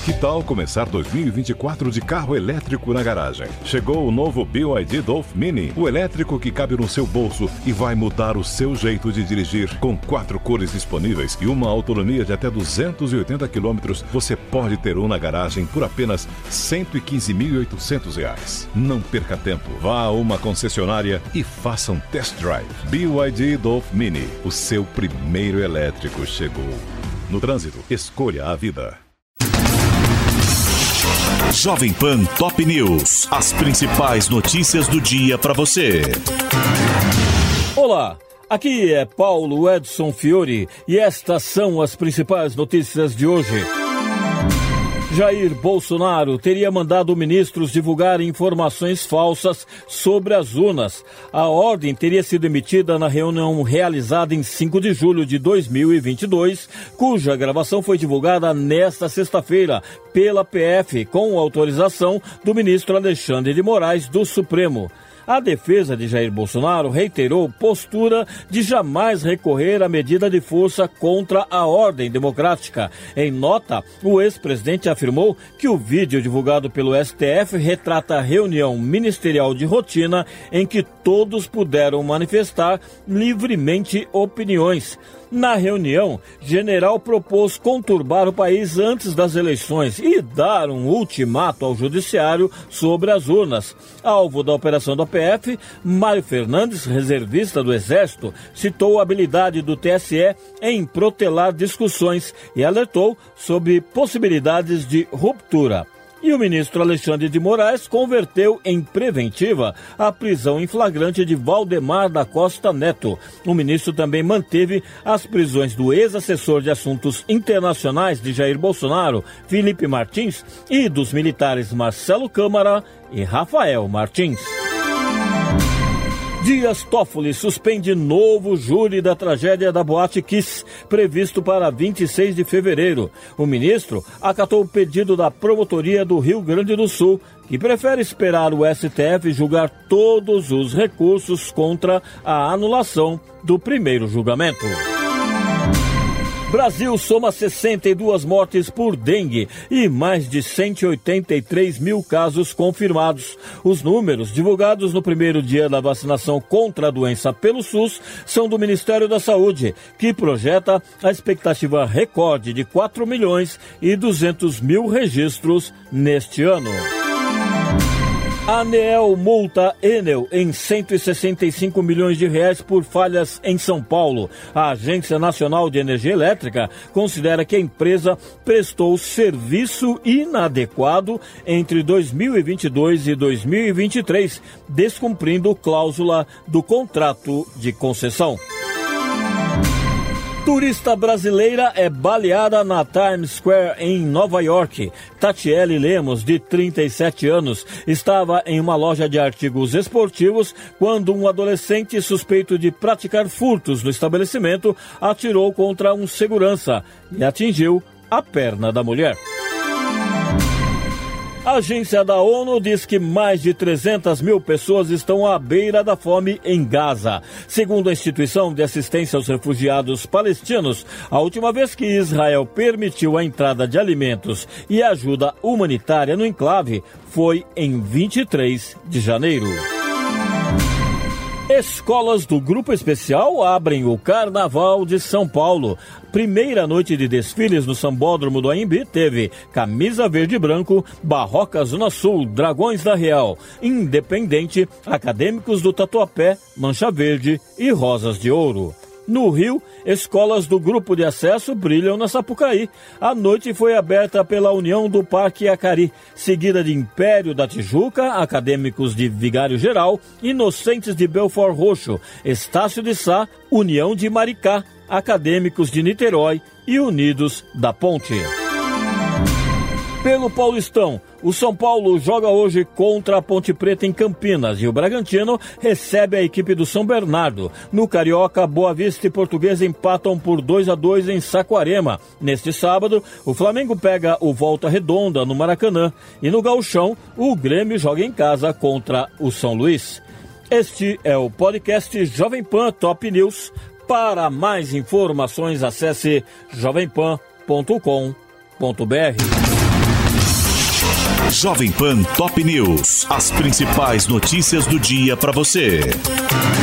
Que tal começar 2024 de carro elétrico na garagem? Chegou o novo BYD Dolph Mini, o elétrico que cabe no seu bolso e vai mudar o seu jeito de dirigir. Com 4 cores disponíveis e uma autonomia de até 280 km, você pode ter um na garagem por apenas R$ 115.800. Não perca tempo. Vá a uma concessionária e faça um test drive. BYD Dolph Mini, o seu primeiro elétrico chegou. No trânsito, escolha a vida. Jovem Pan Top News. As principais notícias do dia para você. Olá, aqui é Paulo Edson Fiore e estas são as principais notícias de hoje. Jair Bolsonaro teria mandado ministros divulgar informações falsas sobre as urnas. A ordem teria sido emitida na reunião realizada em 5 de julho de 2022, cuja gravação foi divulgada nesta sexta-feira pela PF, com autorização do ministro Alexandre de Moraes do Supremo. A defesa de Jair Bolsonaro reiterou postura de jamais recorrer à medida de força contra a ordem democrática. Em nota, o ex-presidente afirmou que o vídeo divulgado pelo STF retrata a reunião ministerial de rotina em que todos puderam manifestar livremente opiniões. Na reunião, general propôs conturbar o país antes das eleições e dar um ultimato ao judiciário sobre as urnas. Alvo da operação da PF, Mário Fernandes, reservista do Exército, citou a habilidade do TSE em protelar discussões e alertou sobre possibilidades de ruptura. E o ministro Alexandre de Moraes converteu em preventiva a prisão em flagrante de Valdemar da Costa Neto. O ministro também manteve as prisões do ex-assessor de assuntos internacionais de Jair Bolsonaro, Felipe Martins, e dos militares Marcelo Câmara e Rafael Martins. Dias Toffoli suspende novo júri da tragédia da Boate Kiss, previsto para 26 de fevereiro. O ministro acatou o pedido da Promotoria do Rio Grande do Sul, que prefere esperar o STF julgar todos os recursos contra a anulação do primeiro julgamento. Brasil soma 62 mortes por dengue e mais de 183 mil casos confirmados. Os números divulgados no primeiro dia da vacinação contra a doença pelo SUS são do Ministério da Saúde, que projeta a expectativa recorde de 4.200.000 registros neste ano. A ANEEL multa Enel em 165 milhões de reais por falhas em São Paulo. A Agência Nacional de Energia Elétrica considera que a empresa prestou serviço inadequado entre 2022 e 2023, descumprindo cláusula do contrato de concessão. Turista brasileira é baleada na Times Square, em Nova York. Tatiele Lemos, de 37 anos, estava em uma loja de artigos esportivos quando um adolescente suspeito de praticar furtos no estabelecimento atirou contra um segurança e atingiu a perna da mulher. A agência da ONU diz que mais de 300 mil pessoas estão à beira da fome em Gaza. Segundo a instituição de assistência aos refugiados palestinos, a última vez que Israel permitiu a entrada de alimentos e ajuda humanitária no enclave foi em 23 de janeiro. Escolas do Grupo Especial abrem o Carnaval de São Paulo. Primeira noite de desfiles no Sambódromo do Anhembi teve Camisa Verde e Branco, Barroca Zona Sul, Dragões da Real, Independente, Acadêmicos do Tatuapé, Mancha Verde e Rosas de Ouro. No Rio, escolas do Grupo de Acesso brilham na Sapucaí. A noite foi aberta pela União do Parque Acari, seguida de Império da Tijuca, Acadêmicos de Vigário Geral, Inocentes de Belfort Roxo, Estácio de Sá, União de Maricá, Acadêmicos de Niterói e Unidos da Ponte. Pelo Paulistão, o São Paulo joga hoje contra a Ponte Preta em Campinas e o Bragantino recebe a equipe do São Bernardo. No Carioca, Boa Vista e Portuguesa empatam por 2-2 em Saquarema. Neste sábado, o Flamengo pega o Volta Redonda no Maracanã e no Gauchão, o Grêmio joga em casa contra o São Luís. Este é o podcast Jovem Pan Top News. Para mais informações, acesse jovempan.com.br. Jovem Pan Top News. As principais notícias do dia para você.